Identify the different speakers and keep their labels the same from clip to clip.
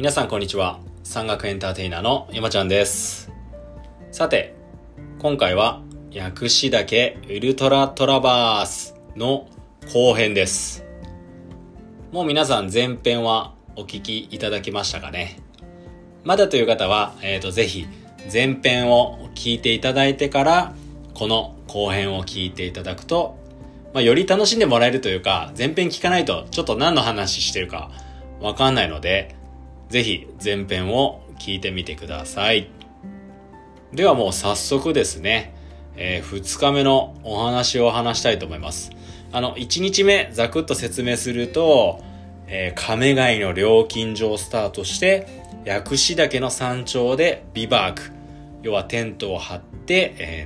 Speaker 1: 皆さんこんにちは。山岳エンターテイナーの山ちゃんです。さて、今回は薬師岳ウルトラトラバースの後編です。もう皆さん前編はお聞きいただきましたかね。まだという方は、ぜひ前編を聞いていただいてからこの後編を聞いていただくと、より楽しんでもらえるというか、前編聞かないとちょっと何の話してるかわかんないので、ぜひ前編を聞いてみてください。ではもう早速ですね、2日目のお話を話したいと思います。1日目ざくっと説明すると、亀貝の料金所をスタートして薬師岳の山頂でビバーク、要はテントを張って、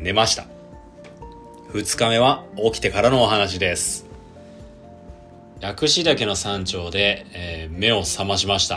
Speaker 1: 寝ました。2日目は起きてからのお話です。薬師岳の山頂で、目を覚ましました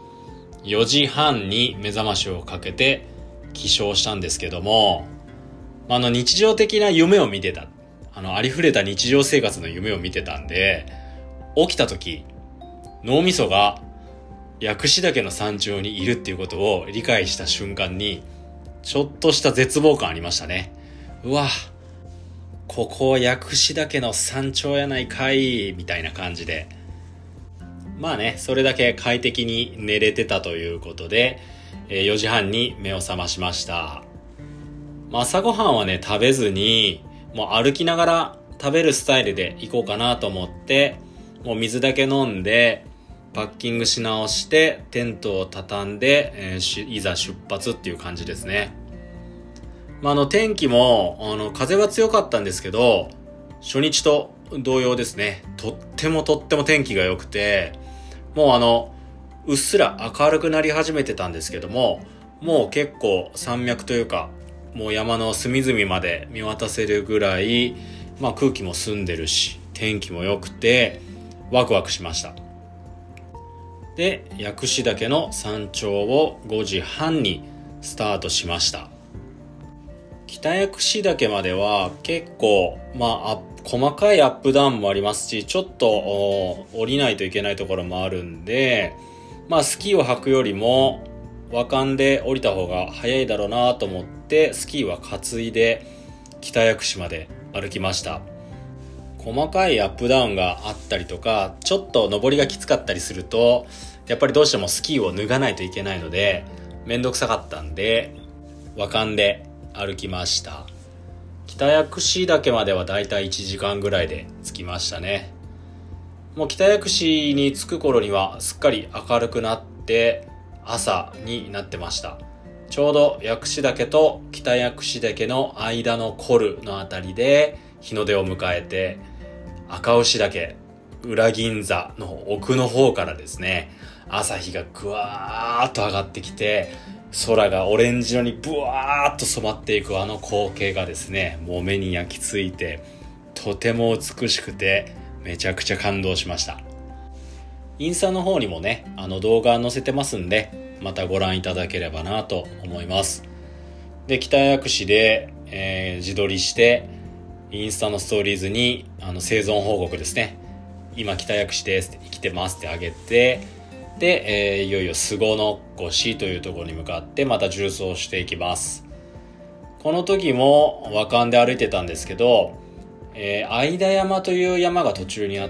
Speaker 1: 。4時半に目覚ましをかけて起床したんですけども、日常的な夢を見てた。ありふれた日常生活の夢を見てたんで、起きた時、脳みそが薬師岳の山頂にいるっていうことを理解した瞬間に、ちょっとした絶望感ありましたね。うわ、ここ薬師岳の山頂やないかい、みたいな感じで。それだけ快適に寝れてたということで、4時半に目を覚ましました。朝ごはんはね、食べずに、もう歩きながら食べるスタイルで行こうかなと思って、もう水だけ飲んで、パッキングし直して、テントを畳んで、いざ出発っていう感じですね。天気も、風は強かったんですけど、初日と同様ですね。とっても天気が良くて、もううっすら明るくなり始めてたんですけども、もう結構山脈というか、もう山の隅々まで見渡せるぐらい、空気も澄んでるし、天気も良くて、ワクワクしました。で、薬師岳の山頂を5時半にスタートしました。北薬師岳までは結構、細かいアップダウンもありますし、ちょっと降りないといけないところもあるんで、スキーを履くよりも和漢で降りた方が早いだろうなと思ってスキーは担いで北薬師まで歩きました。細かいアップダウンがあったりとか、ちょっと登りがきつかったりすると、やっぱりどうしてもスキーを脱がないといけないのでめんどくさかったんで和漢で歩きました。北薬師岳まではだいたい1時間ぐらいで着きましたね。もう北薬師に着く頃にはすっかり明るくなって朝になってました。ちょうど薬師岳と北薬師岳の間のコルのあたりで日の出を迎えて、赤牛岳裏銀座の奥の方からですね、朝日がぐわーっと上がってきて、空がオレンジ色にブワーっと染まっていく光景がですね、もう目に焼き付いて、とても美しくてめちゃくちゃ感動しました。インスタの方にもね、動画載せてますんで、またご覧いただければなと思います。で、北薬師で、自撮りしてインスタのストーリーズに生存報告ですね、今北薬師ですって生きてますってあげて、で、いよいよ菅の越というところに向かってまた縦走していきます。この時も和漢で歩いてたんですけど、相田山という山が途中にあって、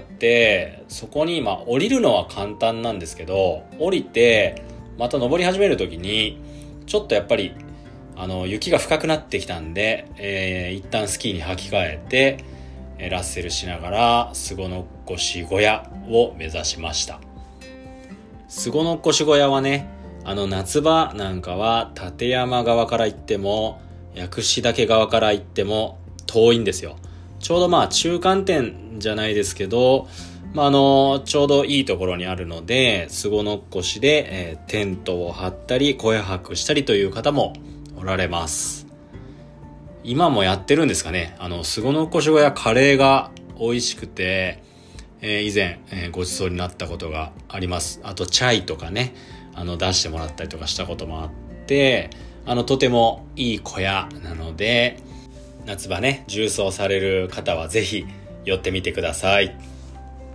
Speaker 1: そこに降りるのは簡単なんですけど、降りてまた登り始める時にちょっとやっぱり雪が深くなってきたんで、一旦スキーに履き替えて、ラッセルしながら菅の越小屋を目指しました。菅の越小屋はね、夏場なんかは立山側から行っても薬師岳側から行っても遠いんですよ。ちょうど中間点じゃないですけど、ちょうどいいところにあるので、菅の越で、テントを張ったり小屋泊したりという方もおられます。今もやってるんですかね。菅の越小屋カレーが美味しくて、以前、ごちそうになったことがあります。あとチャイとかね、出してもらったりとかしたこともあって、とてもいい小屋なので、夏場ね、縦走される方はぜひ寄ってみてください。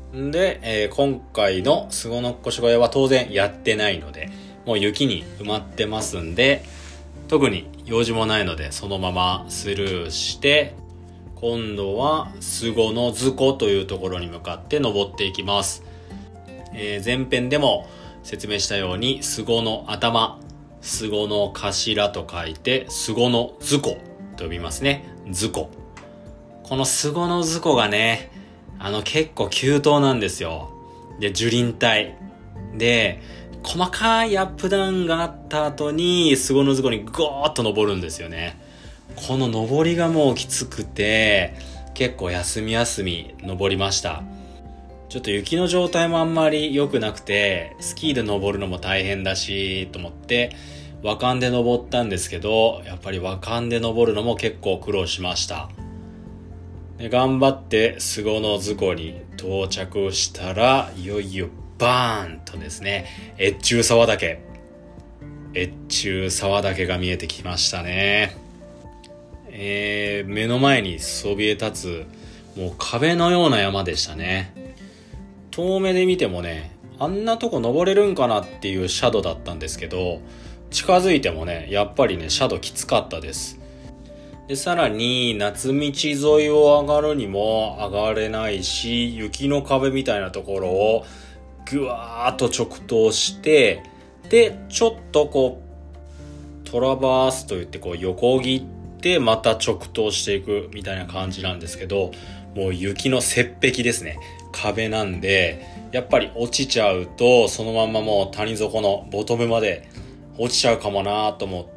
Speaker 1: で、今回のスゴノッコシゴヤは当然やってないので、もう雪に埋まってますんで、特に用事もないのでそのままスルーして、今度はスゴノズコというところに向かって登っていきます。前編でも説明したように、スゴの頭、スゴの頭と書いてスゴノズコと呼びますね。ズコ。このスゴノズコがね、結構急登なんですよ。で、樹林帯で細かいアップダウンがあった後にスゴノズコにゴーッと登るんですよね。この登りがもうきつくて、結構休み登りました。ちょっと雪の状態もあんまり良くなくて、スキーで登るのも大変だしと思って和漢で登ったんですけど、やっぱり和漢で登るのも結構苦労しました。で、頑張ってスゴノズコに到着したら、いよいよバーンとですね、越中沢岳が見えてきましたね。目の前にそびえ立つもう壁のような山でしたね。遠目で見てもね、あんなとこ登れるんかなっていうシャドウだったんですけど、近づいてもね、やっぱりね、シャドウきつかったです。で、さらに夏道沿いを上がるにも上がれないし、雪の壁みたいなところをぐわーっと直通して、でちょっとこうトラバースといってこう横切ってまた直通していくみたいな感じなんですけど、もう雪の雪壁ですね、壁なんで、やっぱり落ちちゃうとそのまんまもう谷底のボトムまで落ちちゃうかもなと思って、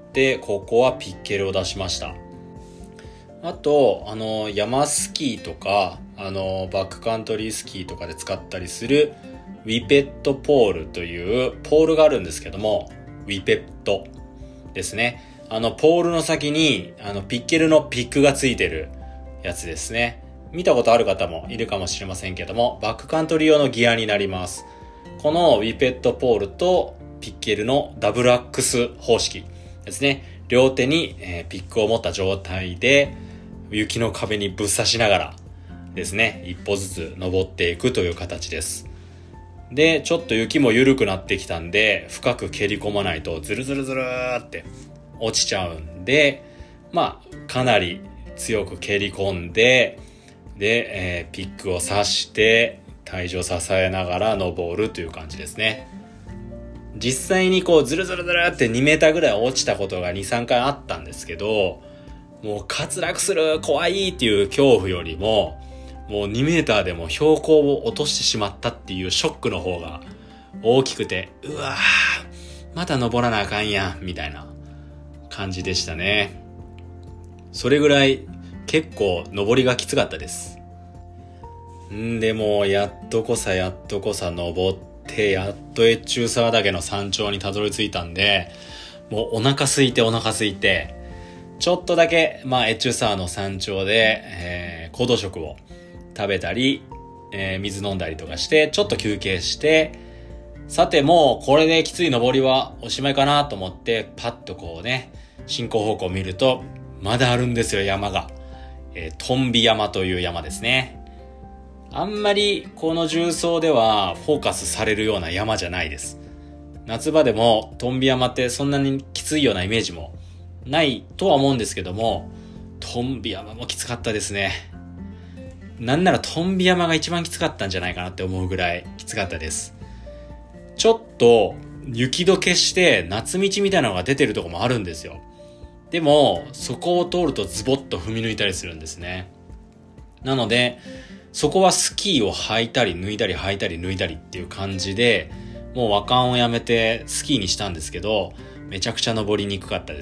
Speaker 1: ここはピッケルを出しました。あと山スキーとかバックカントリースキーとかで使ったりするウィペットポールというポールがあるんですけども、ウィペットですね。ポールの先にピッケルのピックがついてるやつですね。見たことある方もいるかもしれませんけども、バックカントリー用のギアになります。このウィペットポールとピッケルのダブルアックス方式ですね。両手にピックを持った状態で雪の壁にぶっ刺しながらですね、一歩ずつ登っていくという形です。で、ちょっと雪も緩くなってきたんで、深く蹴り込まないとズルズルズルーって落ちちゃうんで、かなり強く蹴り込んで、で、ピックを刺して体重を支えながら登るという感じですね。実際にこうズルズルズルって2メーターぐらい落ちたことが 2,3 回あったんですけど、もう滑落する怖いっていう恐怖よりも、もう2メーターでも標高を落としてしまったっていうショックの方が大きくて、うわーまた登らなあかんやんみたいな感じでしたね。それぐらい結構登りがきつかったです。でもやっとこさ登って、やっと越中沢岳の山頂にたどり着いたんで、もうお腹空いてちょっとだけ越中沢の山頂で、行動食を食べたり、水飲んだりとかしてちょっと休憩して、さてもうこれできつい登りはおしまいかなと思ってパッとこうね進行方向を見ると、まだあるんですよ、山が。トンビ山という山ですね。あんまりこの重曹ではフォーカスされるような山じゃないです。夏場でもトンビ山ってそんなにきついようなイメージもないとは思うんですけども、トンビ山もきつかったですね。なんならトンビ山が一番きつかったんじゃないかなって思うぐらいきつかったです。ちょっと雪解けして夏道みたいなのが出てるとこもあるんですよ。でもそこを通るとズボッと踏み抜いたりするんですね。なのでそこはスキーを履いたり脱いだり履いたり脱いだりっていう感じで、もう和漢をやめてスキーにしたんですけど、めちゃくちゃ登りにくかったです。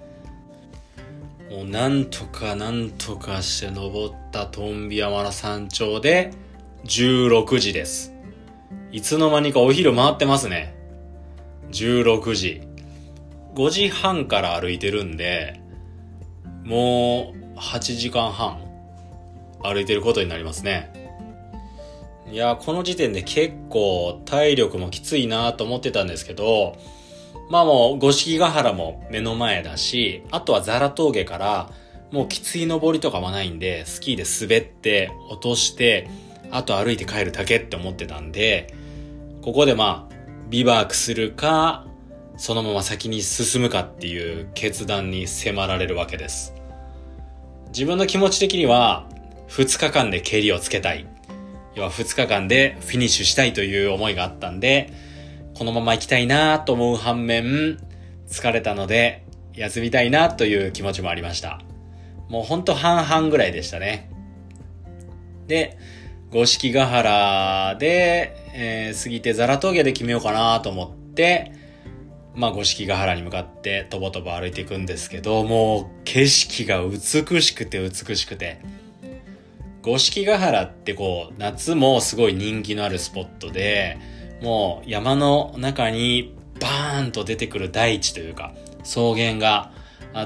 Speaker 1: もうなんとかして登ったトンビ山の山頂で16時です。いつの間にかお昼回ってますね。16時。5時半から歩いてるんで、もう8時間半歩いてることになりますね。いや、この時点で結構体力もきついなと思ってたんですけど、もう五色ヶ原も目の前だし、あとはザラ峠からもうきつい登りとかもないんで、スキーで滑って落としてあと歩いて帰るだけって思ってたんで、ここでビバークするか、そのまま先に進むかっていう決断に迫られるわけです。自分の気持ち的には、2日間でケリをつけたい。要は2日間でフィニッシュしたいという思いがあったんで、このまま行きたいなと思う反面、疲れたので休みたいなという気持ちもありました。もうほんと半々ぐらいでしたね。で、五色ヶ原で、過ぎてザラ峠で決めようかなと思って、五色ヶ原に向かってとぼとぼ歩いていくんですけど、もう景色が美しくて美しくて、五色ヶ原って夏もすごい人気のあるスポットで、もう山の中にバーンと出てくる大地というか草原があって、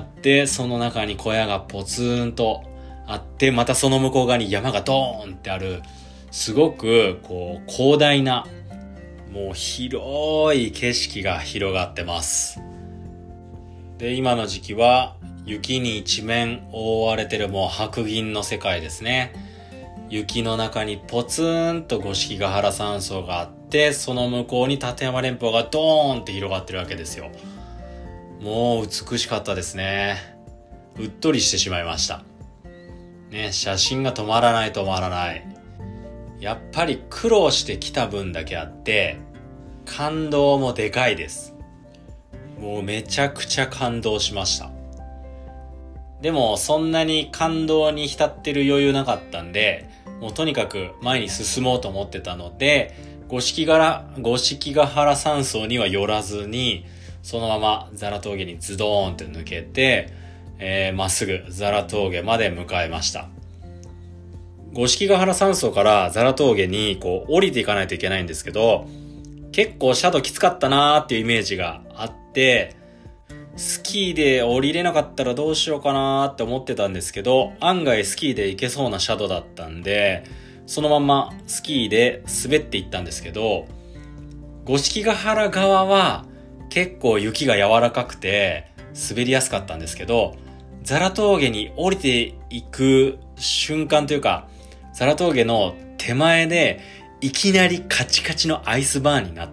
Speaker 1: その中に小屋がポツンとあって、またその向こう側に山がドーンってある、すごく広大な、もう広い景色が広がってます。で、今の時期は雪に一面覆われてるもう白銀の世界ですね。雪の中にポツンと五色ヶ原山荘があって、その向こうに立山連峰がドーンって広がってるわけですよ。もう美しかったですね。うっとりしてしまいましたね。写真が止まらない。やっぱり苦労してきた分だけあって感動もでかいです。もうめちゃくちゃ感動しました。でもそんなに感動に浸ってる余裕なかったんで、もうとにかく前に進もうと思ってたので、五色ヶ原山荘には寄らずに、そのままザラ峠にズドーンって抜けて、まっすぐザラ峠まで向かいました。五色ヶ原山荘からザラ峠に降りていかないといけないんですけど、結構斜度きつかったなーっていうイメージがあって、スキーで降りれなかったらどうしようかなーって思ってたんですけど、案外スキーで行けそうな斜度だったんで、そのままスキーで滑っていったんですけど、五色ヶ原側は結構雪が柔らかくて滑りやすかったんですけど、ザラ峠に降りていく瞬間というか、ザラ峠の手前でいきなりカチカチのアイスバーンになって、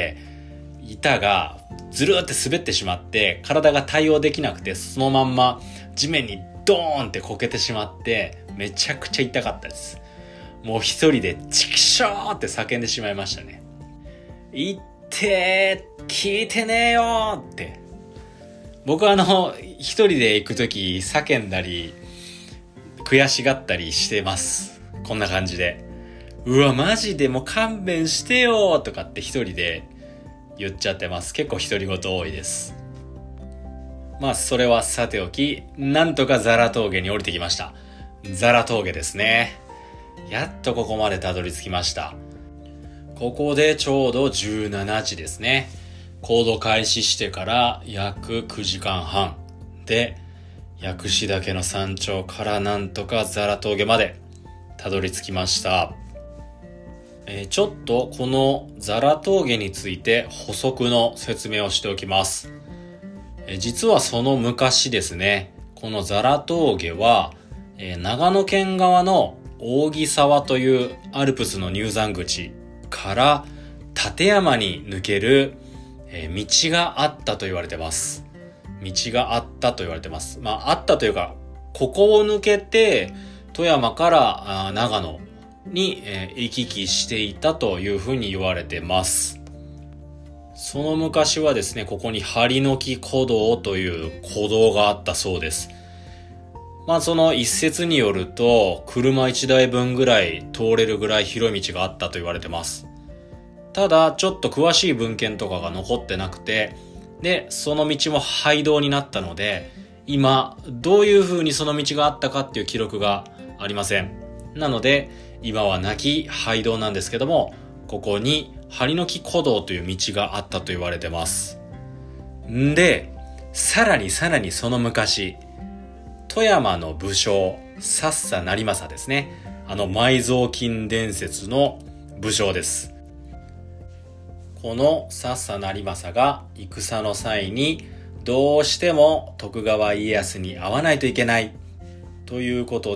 Speaker 1: 板がずるーって滑ってしまって体が対応できなくて、そのまんま地面にドーンってこけてしまって、めちゃくちゃ痛かったです。もう一人でチキショーって叫んでしまいましたね。いってー、聞いてねえよーって。僕は一人で行くとき叫んだり悔しがったりしてます。こんな感じで、うわマジでもう勘弁してよーとかって一人で言っちゃってます。結構独り言多いです。それはさておき、なんとかザラ峠に降りてきました。ザラ峠ですね。やっとここまでたどり着きました。ここでちょうど17時ですね。行動開始してから約9時間半で、薬師岳の山頂からなんとかザラ峠までたどり着きました。ちょっとこのザラ峠について補足の説明をしておきます。実はその昔ですね、このザラ峠は、長野県側の扇沢というアルプスの入山口から立山に抜ける、道があったと言われてます。あったというか、ここを抜けて富山から長野に行き来していたというふうに言われてます。その昔はですね、ここに針の木古道という古道があったそうです。その一説によると、車1台分ぐらい通れるぐらい広い道があったと言われてます。ただ、ちょっと詳しい文献とかが残ってなくて、で、その道も廃道になったので、今、どういう風にその道があったかっていう記録がありません。なので、今はなき廃道なんですけども、ここに針の木古道という道があったと言われてます。んで、さらにその昔、富山の武将、佐々成政ですね。埋蔵金伝説の武将です。この佐々成政が戦の際にどうしても徳川家康に会わないといけないということで、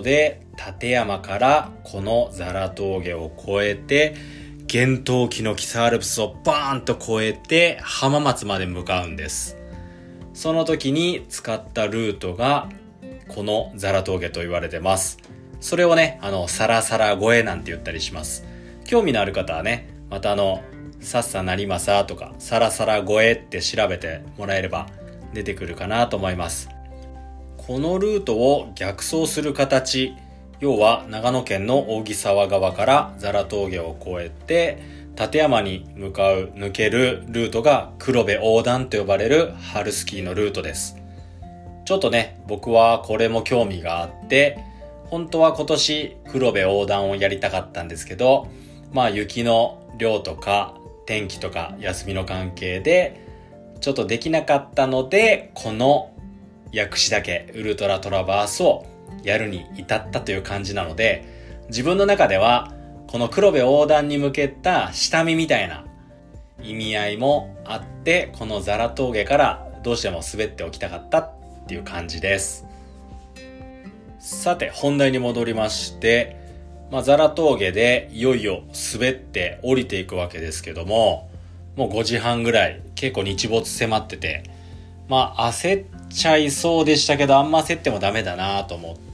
Speaker 1: 立山からこのザラ峠を越えて、厳冬期の北アルプスをバーンと越えて浜松まで向かうんです。その時に使ったルートがこのザラ峠と言われてます。それをね、サラサラ越えなんて言ったりします。興味のある方はね、またさっさなりまさとかサラサラ越えって調べてもらえれば出てくるかなと思います。このルートを逆走する形、要は長野県の扇沢側からザラ峠を越えて立山に向かう抜けるルートが黒部横断と呼ばれる春スキーのルートです。ちょっとね、僕はこれも興味があって、本当は今年黒部横断をやりたかったんですけど、雪の量とか天気とか休みの関係でちょっとできなかったので、この薬師岳ウルトラトラバースをやるに至ったという感じなので、自分の中ではこの黒部横断に向けた下見みたいな意味合いもあって、このザラ峠からどうしても滑っておきたかったっていう感じです。さて本題に戻りまして、ザラ峠でいよいよ滑って降りていくわけですけども、もう5時半ぐらい結構日没迫ってて、焦っちゃいそうでしたけど、あんま焦ってもダメだなと思って、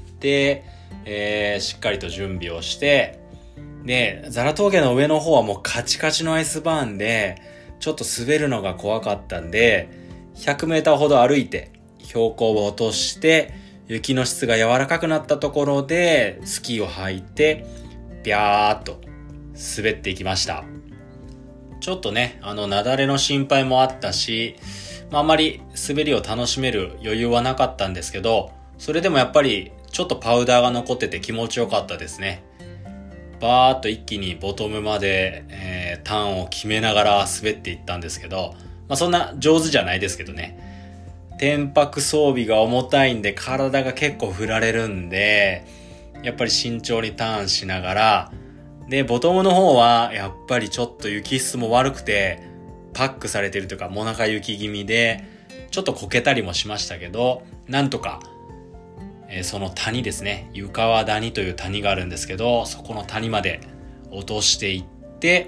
Speaker 1: しっかりと準備をして、でザラ峠の上の方はもうカチカチのアイスバーンでちょっと滑るのが怖かったんで、100メーターほど歩いて標高を落として雪の質が柔らかくなったところでスキーを履いてビャーっと滑っていきました。ちょっとね、雪崩の心配もあったし、あんまり滑りを楽しめる余裕はなかったんですけど、それでもやっぱりちょっとパウダーが残ってて気持ちよかったですね。バーっと一気にボトムまで、ターンを決めながら滑っていったんですけど、そんな上手じゃないですけどね。天白装備が重たいんで体が結構振られるんで、やっぱり慎重にターンしながら、でボトムの方はやっぱりちょっと雪質も悪くてパックされてるというか、もなか雪気味でちょっとこけたりもしましたけど、なんとか、その谷ですね、湯川谷という谷があるんですけど、そこの谷まで落としていって、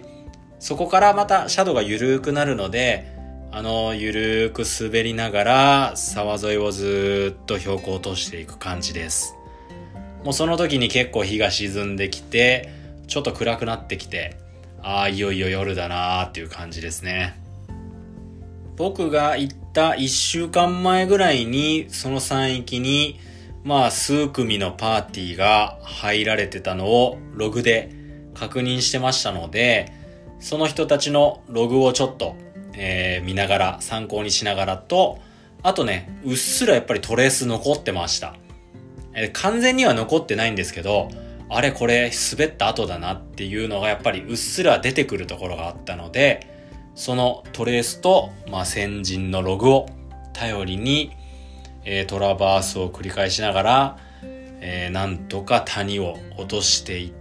Speaker 1: そこからまた斜度が緩くなるので、緩く滑りながら沢沿いをずっと標高を落としていく感じです。もうその時に結構日が沈んできて、ちょっと暗くなってきて、いよいよ夜だなーっていう感じですね。僕が行った1週間前ぐらいにその山域に数組のパーティーが入られてたのをログで確認してましたので、その人たちのログをちょっと、見ながら参考にしながらと、あとね、うっすらやっぱりトレース残ってました。完全には残ってないんですけど、あれこれ滑った後だなっていうのがやっぱりうっすら出てくるところがあったので、そのトレースと、先人のログを頼りに、トラバースを繰り返しながら、なんとか谷を落としていって、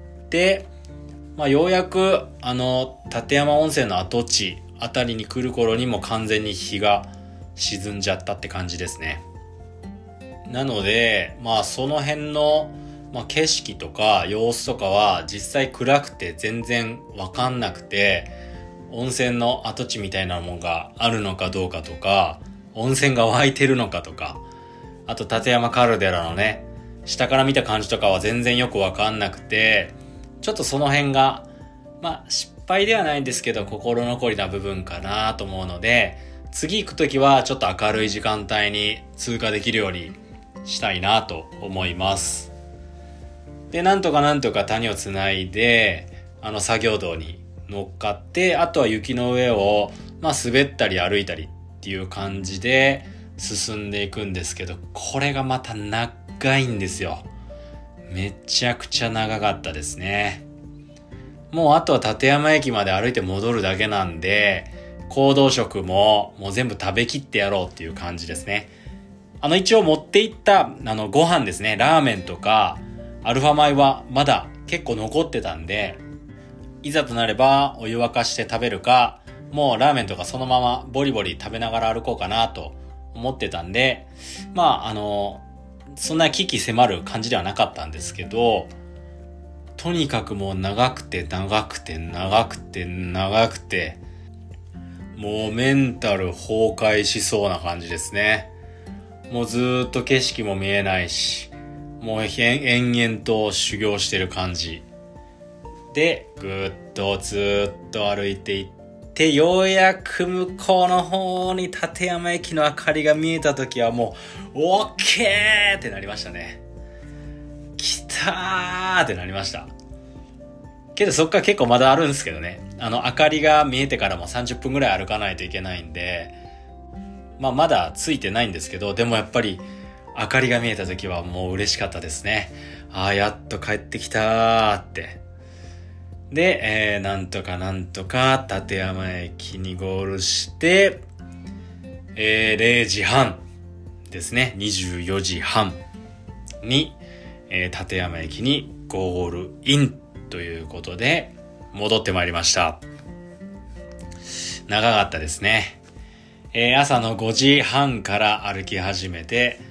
Speaker 1: ようやく立山温泉の跡地あたりに来る頃にも完全に日が沈んじゃったって感じですね。なのでその辺の、景色とか様子とかは実際暗くて全然わかんなくて、温泉の跡地みたいなものがあるのかどうかとか、温泉が湧いてるのかとか、あと立山カルデラのね、下から見た感じとかは全然よくわかんなくて、ちょっとその辺が失敗ではないんですけど心残りな部分かなと思うので、次行くときはちょっと明るい時間帯に通過できるようにしたいなと思います。で、なんとか谷をつないで作業道に乗っかって、あとは雪の上を滑ったり歩いたりっていう感じで進んでいくんですけど、これがまた長いんですよ。めちゃくちゃ長かったですね。もうあとは立山駅まで歩いて戻るだけなんで、行動食ももう全部食べきってやろうっていう感じですね。一応持っていったご飯ですね、ラーメンとかアルファ米はまだ結構残ってたんで、いざとなればお湯沸かして食べるか、もうラーメンとかそのままボリボリ食べながら歩こうかなと思ってたんで、 そんな危機迫る感じではなかったんですけど、とにかくもう長くて長くて長くて長くて、もうメンタル崩壊しそうな感じですね。もうずーっと景色も見えないし、もう延々と修行してる感じで、ぐーっとずーっと歩いていって、ようやく向こうの方に立山駅の明かりが見えた時はもうオッケーってなりましたね。来たーってなりました。けどそっから結構まだあるんですけどね。明かりが見えてからも30分ぐらい歩かないといけないんで、まだついてないんですけど、でもやっぱり明かりが見えた時はもう嬉しかったですね。やっと帰ってきたーって。で、なんとか立山駅にゴールして、0時半ですね。24時半に、立山駅にゴールインということで戻ってまいりました。長かったですね。朝の5時半から歩き始めて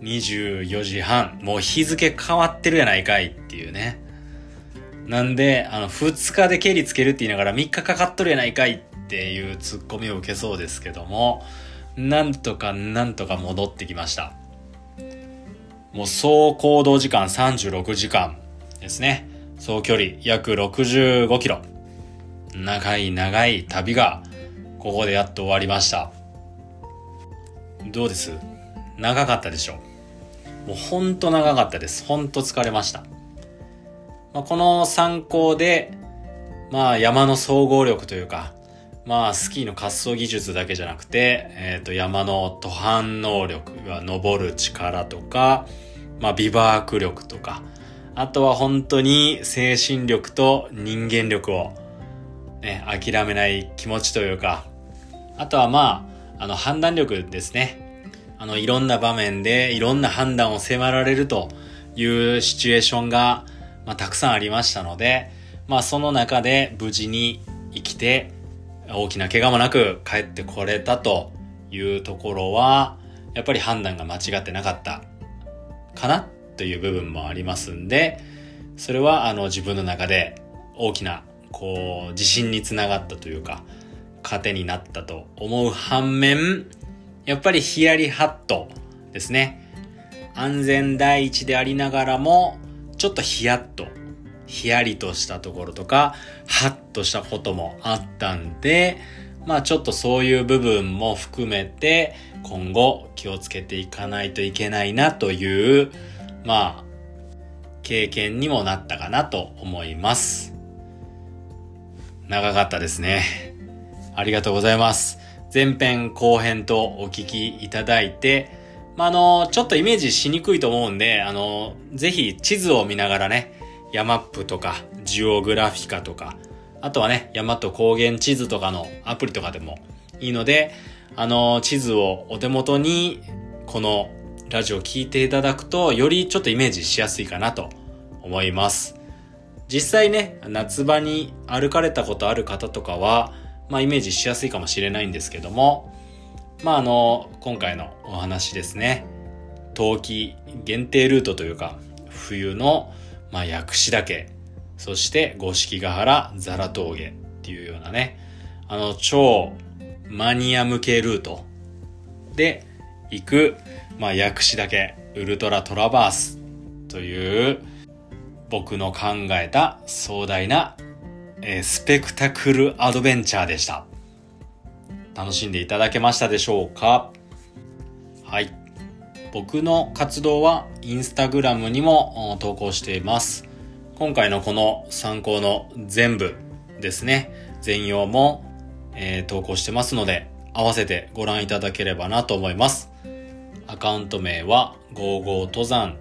Speaker 1: 24時半、もう日付変わってるやないかいっていうね。なんで2日で蹴りつけるって言いながら3日かかっとるやないかいっていうツッコミを受けそうですけども、なんとか戻ってきました。もう総行動時間36時間ですね。総距離約65キロ。長い旅がここでやっと終わりました。どうです？長かったでしょ？もうほんと長かったです。ほんと疲れました。この参考で、山の総合力というか、スキーの滑走技術だけじゃなくて、山の登攀能力、登る力とか、ビバーク力とか、あとは本当に精神力と人間力を、諦めない気持ちというか、あとは判断力ですね。いろんな場面でいろんな判断を迫られるというシチュエーションが、たくさんありましたので、その中で無事に生きて大きな怪我もなく帰ってこれたというところは、やっぱり判断が間違ってなかったかなという部分もありますんで、それは自分の中で大きな自信につながったというか、糧になったと思う反面、やっぱりヒヤリハットですね。安全第一でありながらもちょっとヒヤリとしたところとか、ハッとしたこともあったんで、ちょっとそういう部分も含めて今後気をつけていかないといけないなという、経験にもなったかなと思います。長かったですね。ありがとうございます。前編後編とお聞きいただいて、ちょっとイメージしにくいと思うんで、ぜひ地図を見ながらね、ヤマップとかジオグラフィカとか、あとはね、大和高原地図とかのアプリとかでもいいので、地図をお手元にこのラジオを聞いていただくと、よりちょっとイメージしやすいかなと思います。実際ね、夏場に歩かれたことある方とかは、イメージしやすいかもしれないんですけども、今回のお話ですね、冬季限定ルートというか、冬の薬師岳、そして五色ヶ原ザラ峠っていうようなね、超マニア向けルートで行く、薬師岳ウルトラトラバースという僕の考えた壮大な、スペクタクルアドベンチャーでした。楽しんでいただけましたでしょうか？はい。僕の活動はインスタグラムにも投稿しています。今回のこの参考の全部ですね、全容も、投稿してますので、合わせてご覧いただければなと思います。アカウント名は55登山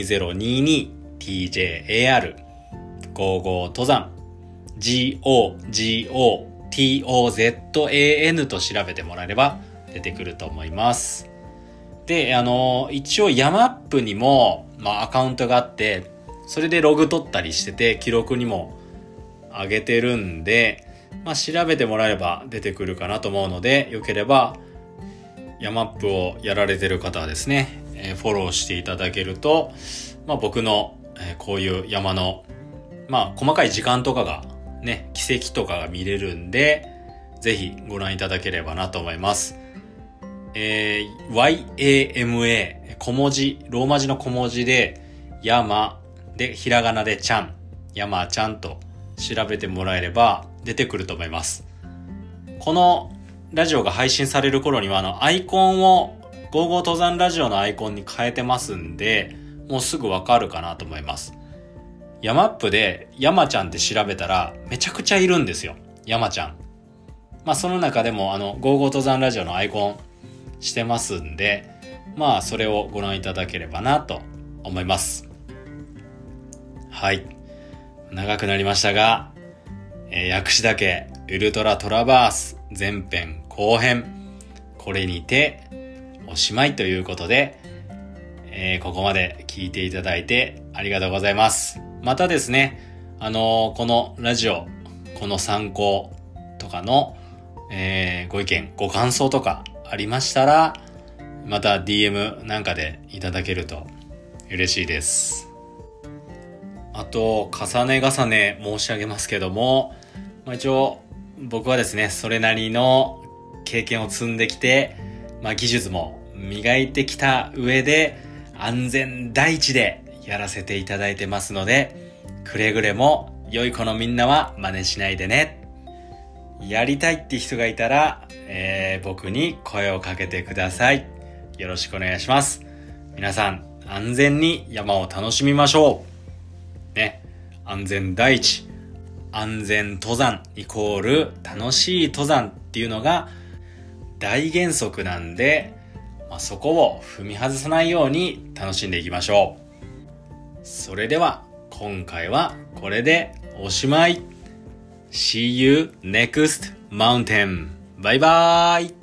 Speaker 1: 2022TJAR 55登山 GOGOTOZAN と調べてもらえれば出てくると思います。で、一応ヤマップにも、アカウントがあって、それでログ取ったりしてて、記録にも上げてるんで、調べてもらえれば出てくるかなと思うので、よければヤマップをやられてる方はですね、 フォローしていただけると、僕の、こういう山の、細かい時間とかがね、奇跡とかが見れるんで、ぜひご覧いただければなと思います。YAMA、小文字、ローマ字の小文字で、山で、ひらがなでちゃん、山ちゃんと調べてもらえれば出てくると思います。このラジオが配信される頃には、アイコンを、ゴーゴー登山ラジオのアイコンに変えてますんで、もうすぐわかるかなと思います。ヤマップで山ちゃんって調べたらめちゃくちゃいるんですよ。山ちゃん。その中でもゴーゴー登山ラジオのアイコンしてますんで、それをご覧いただければなと思います。はい。長くなりましたが、薬師岳ウルトラトラバース前編後編、これにておしまいということで、ここまで聞いていただいてありがとうございます。またですね、このラジオ、この参考とかの、ご意見、ご感想とかありましたら、また DM なんかでいただけると嬉しいです。あと、重ね重ね申し上げますけども、一応僕はですね、それなりの経験を積んできて、技術も磨いてきた上で、安全第一でやらせていただいてますので、くれぐれも良い子のみんなは真似しないでね。やりたいって人がいたら、僕に声をかけてください。よろしくお願いします。皆さん、安全に山を楽しみましょう。ね。安全第一。安全登山イコール楽しい登山っていうのが大原則なんで、そこを踏み外さないように楽しんでいきましょう。それでは今回はこれでおしまい。See you next mountain. バイバイ。